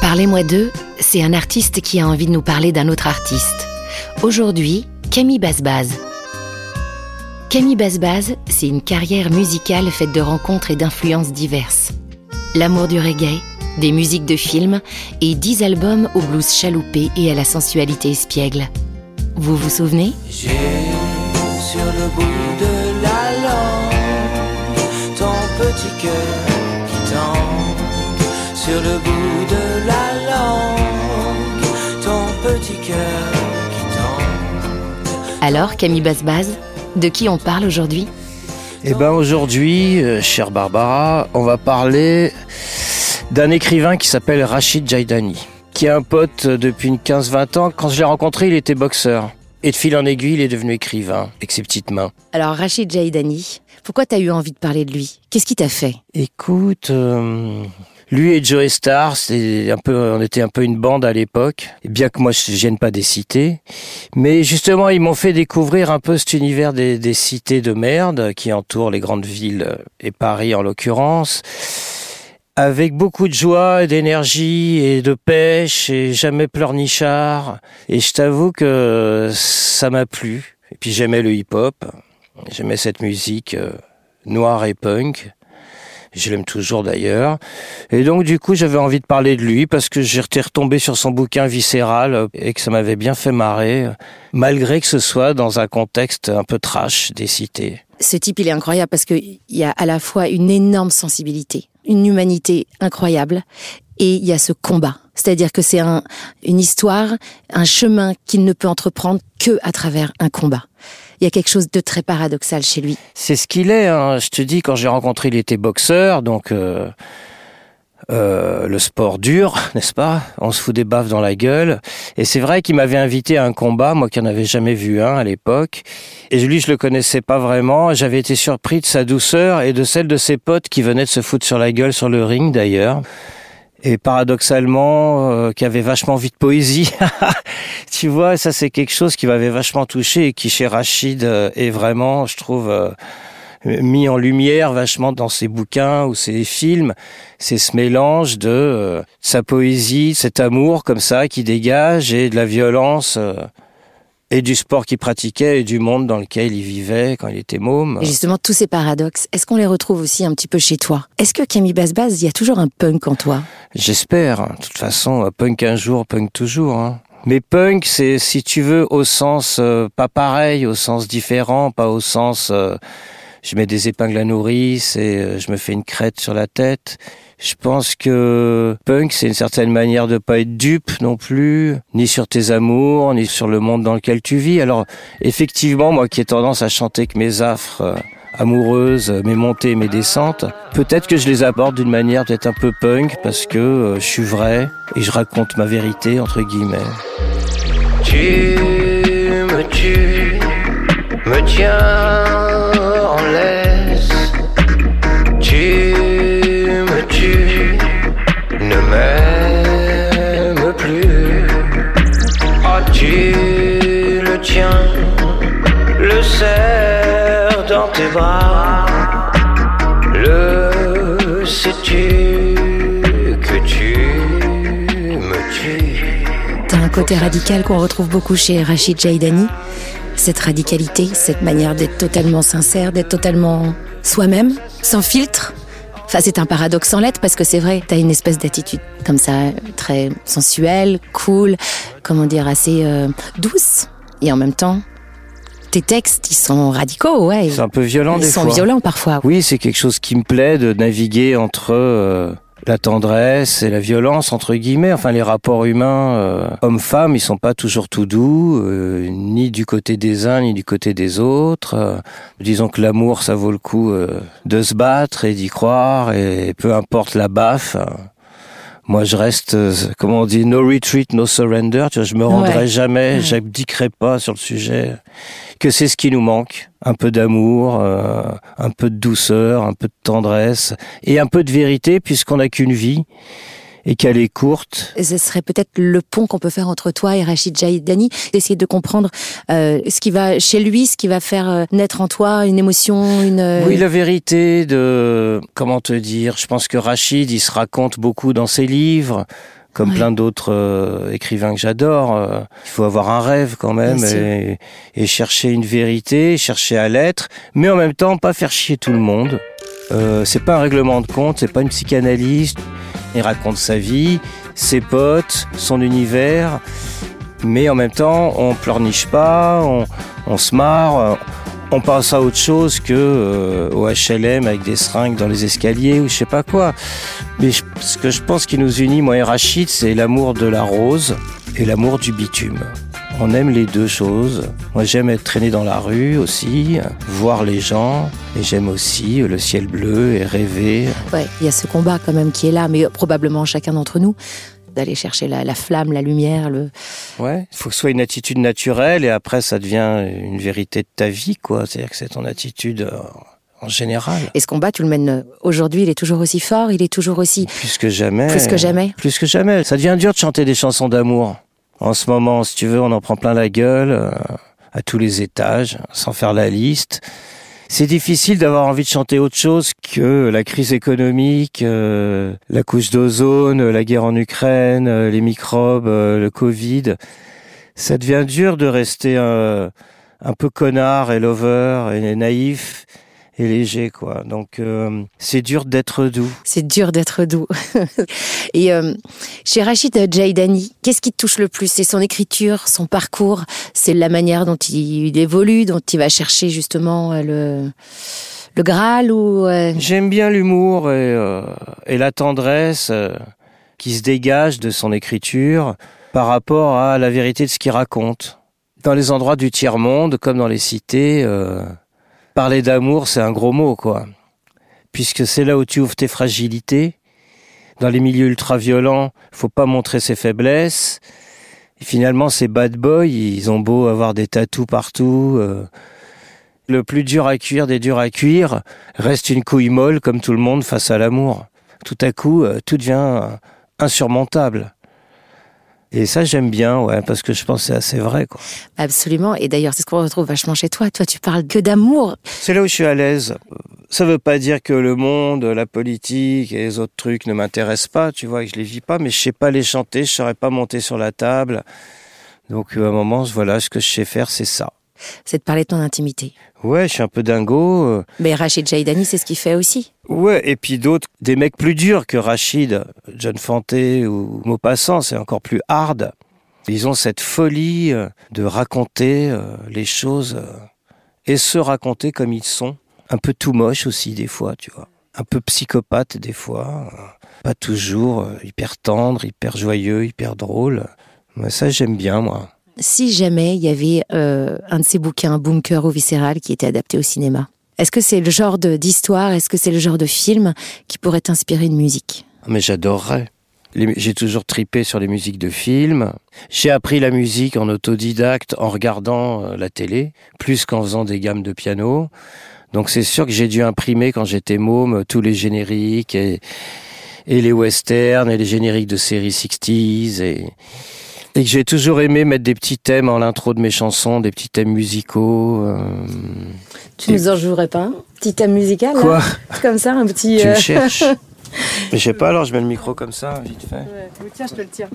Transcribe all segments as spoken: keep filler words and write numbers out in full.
Parlez-moi d'eux, c'est un artiste qui a envie de nous parler d'un autre artiste. Aujourd'hui, Camille Bazbaz. Camille Bazbaz, c'est une carrière musicale faite de rencontres et d'influences diverses. L'amour du reggae, des musiques de films et dix albums au blues chaloupé et à la sensualité espiègle. Vous vous souvenez ? J'ai sur le bout de la langue ton petit cœur qui tangue. Sur le bout de la langue ton petit cœur qui tangue. Alors, Camille Bazbaz, de qui on parle aujourd'hui ? Eh ben aujourd'hui, euh, chère Barbara, on va parler d'un écrivain qui s'appelle Rachid Jaidani, qui est un pote depuis une quinze vingt ans. Quand je l'ai rencontré, il était boxeur. Et de fil en aiguille, il est devenu écrivain, avec ses petites mains. Alors, Rachid Jaidani, pourquoi t'as eu envie de parler de lui ? Qu'est-ce qui t'a fait ? Écoute, euh, lui et Joey Starr, c'est un peu, on était un peu une bande à l'époque, bien que moi je ne vienne pas des cités. Mais justement, ils m'ont fait découvrir un peu cet univers des, des cités de merde qui entourent les grandes villes, et Paris en l'occurrence, avec beaucoup de joie et d'énergie et de pêche et jamais pleurnichard. Et je t'avoue que ça m'a plu. Et puis j'aimais le hip-hop, j'aimais cette musique euh, noire et punk. Je l'aime toujours d'ailleurs. Et donc du coup j'avais envie de parler de lui parce que j'étais retombé sur son bouquin Viscéral et que ça m'avait bien fait marrer, malgré que ce soit dans un contexte un peu trash des cités. Ce type, il est incroyable parce qu'il y a à la fois une énorme sensibilité, une humanité incroyable, et il y a ce combat. C'est-à-dire que c'est un, une histoire, un chemin qu'il ne peut entreprendre que à travers un combat. Il y a quelque chose de très paradoxal chez lui. C'est ce qu'il est, hein. Je te dis, quand j'ai rencontré, il était boxeur, donc euh, euh, le sport dur, n'est-ce pas ? On se fout des baffes dans la gueule. Et c'est vrai qu'il m'avait invité à un combat, moi qui n'en avais jamais vu un à l'époque. Et lui, je le connaissais pas vraiment. J'avais été surpris de sa douceur et de celle de ses potes qui venaient de se foutre sur la gueule sur le ring, d'ailleurs. Et paradoxalement, euh, qui avait vachement envie de poésie. Tu vois, ça c'est quelque chose qui m'avait vachement touché et qui chez Rachid euh, est vraiment, je trouve, euh, mis en lumière vachement dans ses bouquins ou ses films. C'est ce mélange de euh, sa poésie, cet amour comme ça qui dégage et de la violence euh, et du sport qu'il pratiquait et du monde dans lequel il vivait quand il était môme. Et justement, tous ces paradoxes, est-ce qu'on les retrouve aussi un petit peu chez toi ? Est-ce que Camille Bazbaz, il y a toujours un punk en toi ? J'espère. De toute façon, punk un jour, punk toujours. Hein. Mais punk, c'est, si tu veux, au sens euh, pas pareil, au sens différent, pas au sens euh, je mets des épingles à nourrice et euh, je me fais une crête sur la tête. Je pense que punk, c'est une certaine manière de pas être dupe non plus, ni sur tes amours, ni sur le monde dans lequel tu vis. Alors, effectivement, moi qui ai tendance à chanter que mes affres euh, amoureuses, mes montées, mes descentes, peut-être que je les aborde d'une manière peut-être un peu punk parce que euh, je suis vrai et je raconte ma vérité, entre guillemets. Tu me tues, me tiens en laisse. Tu me tues, ne m'aime plus. Ah, tu le tiens, le serre dans tes bras. Le sais-tu que tu me tues. T'as un côté radical qu'on retrouve beaucoup chez Rachid Jaidani. Cette radicalité, cette manière d'être totalement sincère, d'être totalement soi-même, sans filtre. Enfin, c'est un paradoxe sans lettres parce que c'est vrai, t'as une espèce d'attitude comme ça, très sensuelle, cool, comment dire, assez euh, douce. Et en même temps, tes textes, ils sont radicaux, ouais. C'est un peu violent ils des fois. fois. Ils sont violents parfois. Oui, c'est quelque chose qui me plaît de naviguer entre euh, la tendresse et la violence, entre guillemets. Enfin, les rapports humains, euh, hommes-femmes, ils sont pas toujours tout doux, euh, ni du côté des uns, ni du côté des autres. Euh, disons que l'amour, ça vaut le coup euh, de se battre et d'y croire, et peu importe la baffe. Euh, moi, je reste, euh, comment on dit, no retreat, no surrender. Tu vois, je me rendrai Ouais. jamais, Ouais. j'abdiquerai pas sur le sujet. Que c'est ce qui nous manque. Un peu d'amour, euh, un peu de douceur, un peu de tendresse et un peu de vérité puisqu'on n'a qu'une vie et qu'elle est courte. Et ce serait peut-être le pont qu'on peut faire entre toi et Rachid Jaidani, d'essayer de comprendre euh, ce qui va chez lui, ce qui va faire euh, naître en toi une émotion, une... Euh... Oui, la vérité de... Comment te dire ? Je pense que Rachid, il se raconte beaucoup dans ses livres. comme ouais. plein d'autres euh, écrivains que j'adore. Euh, il faut avoir un rêve quand même et, et chercher une vérité, chercher à l'être, mais en même temps pas faire chier tout le monde. Euh, c'est pas un règlement de compte, c'est pas une psychanalyse. Il raconte sa vie, ses potes, son univers, mais en même temps on pleurniche pas, on, on se marre. On passe à autre chose que euh, au H L M avec des seringues dans les escaliers ou je sais pas quoi. Mais je, ce que je pense qui nous unit, moi et Rachid, c'est l'amour de la rose et l'amour du bitume. On aime les deux choses. Moi, j'aime être traîné dans la rue aussi, voir les gens. Et j'aime aussi le ciel bleu et rêver. Ouais, il y a ce combat quand même qui est là, mais probablement chacun d'entre nous, d'aller chercher la, la flamme, la lumière. Le... Ouais, il faut que ce soit une attitude naturelle et après, ça devient une vérité de ta vie, quoi. C'est-à-dire que c'est ton attitude euh, en général. Et ce combat, tu le mènes aujourd'hui, il est toujours aussi fort, il est toujours aussi... Plus que jamais. Plus que jamais. Plus que jamais. Ça devient dur de chanter des chansons d'amour. En ce moment, si tu veux, on en prend plein la gueule, euh, à tous les étages, sans faire la liste. C'est difficile d'avoir envie de chanter autre chose que la crise économique, euh, la couche d'ozone, la guerre en Ukraine, euh, les microbes, euh, le Covid. Ça devient dur de rester euh, un peu connard et lover et naïf et léger, quoi. Donc, euh, c'est dur d'être doux. C'est dur d'être doux. Et euh, chez Rachid Djaïdani, qu'est-ce qui te touche le plus ? C'est son écriture, son parcours, c'est la manière dont il évolue, dont il va chercher justement le, le Graal ou euh... J'aime bien l'humour et, euh, et la tendresse euh, qui se dégage de son écriture par rapport à la vérité de ce qu'il raconte. Dans les endroits du tiers-monde, comme dans les cités... Euh, Parler d'amour, c'est un gros mot, quoi. Puisque c'est là où tu ouvres tes fragilités. Dans les milieux ultra-violents, faut pas montrer ses faiblesses. Et finalement, ces bad boys, ils ont beau avoir des tatous partout. Euh, le plus dur à cuire des durs à cuire reste une couille molle, comme tout le monde, face à l'amour. Tout à coup, euh, tout devient insurmontable. Et ça, j'aime bien, ouais, parce que je pense que c'est assez vrai, quoi. Absolument. Et d'ailleurs, c'est ce qu'on retrouve vachement chez toi. Toi, tu parles que d'amour. C'est là où je suis à l'aise. Ça veut pas dire que le monde, la politique et les autres trucs ne m'intéressent pas, tu vois, que je les vis pas, mais je sais pas les chanter, je saurais pas monter sur la table. Donc, à un moment, voilà, ce que je sais faire, c'est ça. C'est de parler de ton intimité. Ouais, je suis un peu dingo. Mais Rachid Djaïdani, c'est ce qu'il fait aussi. Ouais, et puis d'autres, des mecs plus durs que Rachid, John Fanté ou Maupassant, c'est encore plus hard. Ils ont cette folie de raconter les choses et se raconter comme ils sont. Un peu tout moche aussi des fois, tu vois. Un peu psychopathe des fois. Pas toujours hyper tendre, hyper joyeux, hyper drôle. Mais ça, j'aime bien, moi. Si jamais il y avait euh, un de ces bouquins, Bunker ou Viscéral, qui était adapté au cinéma, est-ce que c'est le genre de, d'histoire, est-ce que c'est le genre de film qui pourrait t'inspirer une musique ? Mais j'adorerais. Les, j'ai toujours tripé sur les musiques de films. J'ai appris la musique en autodidacte en regardant euh, la télé, plus qu'en faisant des gammes de piano. Donc c'est sûr que j'ai dû imprimer quand j'étais môme tous les génériques et, et les westerns et les génériques de séries sixties et... Et que j'ai toujours aimé mettre des petits thèmes en l'intro de mes chansons, des petits thèmes musicaux. Euh... Tu et... nous en jouerais pas un petit thème musical là ? Quoi ? Comme ça, un petit... Tu euh... me cherches ? Mais je sais pas, alors je mets le micro comme ça, vite fait. Ouais, tiens, je te le tiens.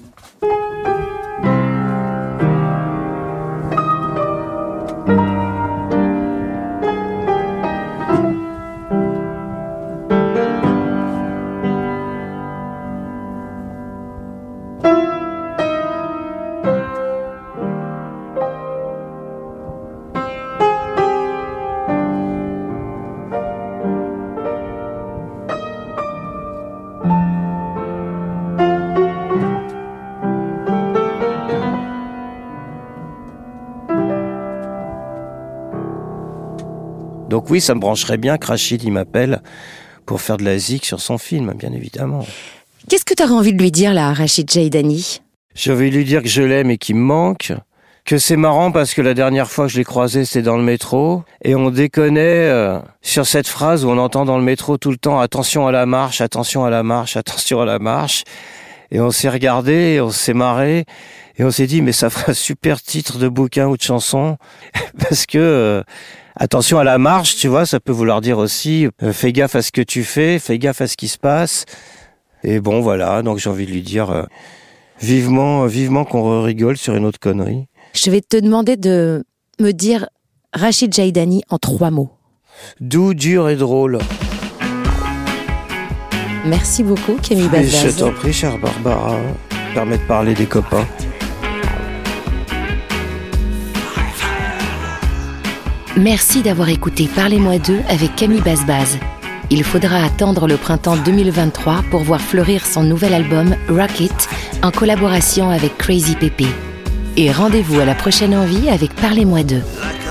Donc oui, ça me brancherait bien que Rachid il m'appelle pour faire de la zik sur son film, bien évidemment. Qu'est-ce que tu aurais envie de lui dire, là, Rachid Djaïdani ? J'ai envie de lui dire que je l'aime et qu'il me manque, que c'est marrant parce que la dernière fois que je l'ai croisé, c'était dans le métro, et on déconnait euh, sur cette phrase où on entend dans le métro tout le temps « attention à la marche, attention à la marche, attention à la marche ». Et on s'est regardé, et on s'est marré, et on s'est dit « mais ça ferait un super titre de bouquin ou de chanson » parce que... Euh, attention à la marche, tu vois, ça peut vouloir dire aussi euh, fais gaffe à ce que tu fais, fais gaffe à ce qui se passe. Et bon, voilà, donc j'ai envie de lui dire euh, vivement, vivement qu'on rigole sur une autre connerie. Je vais te demander de me dire Rachid Jaidani en trois mots. Doux, dur et drôle. Merci beaucoup, Camille Bazbaz. Je t'en prie, chère Barbara. Permet de parler des copains. Merci d'avoir écouté Parlez-moi d'eux avec Camille Bazbaz. Il faudra attendre le printemps deux mille vingt-trois pour voir fleurir son nouvel album Rocket en collaboration avec Crazy Pepe. Et rendez-vous à la prochaine envie avec Parlez-moi d'eux.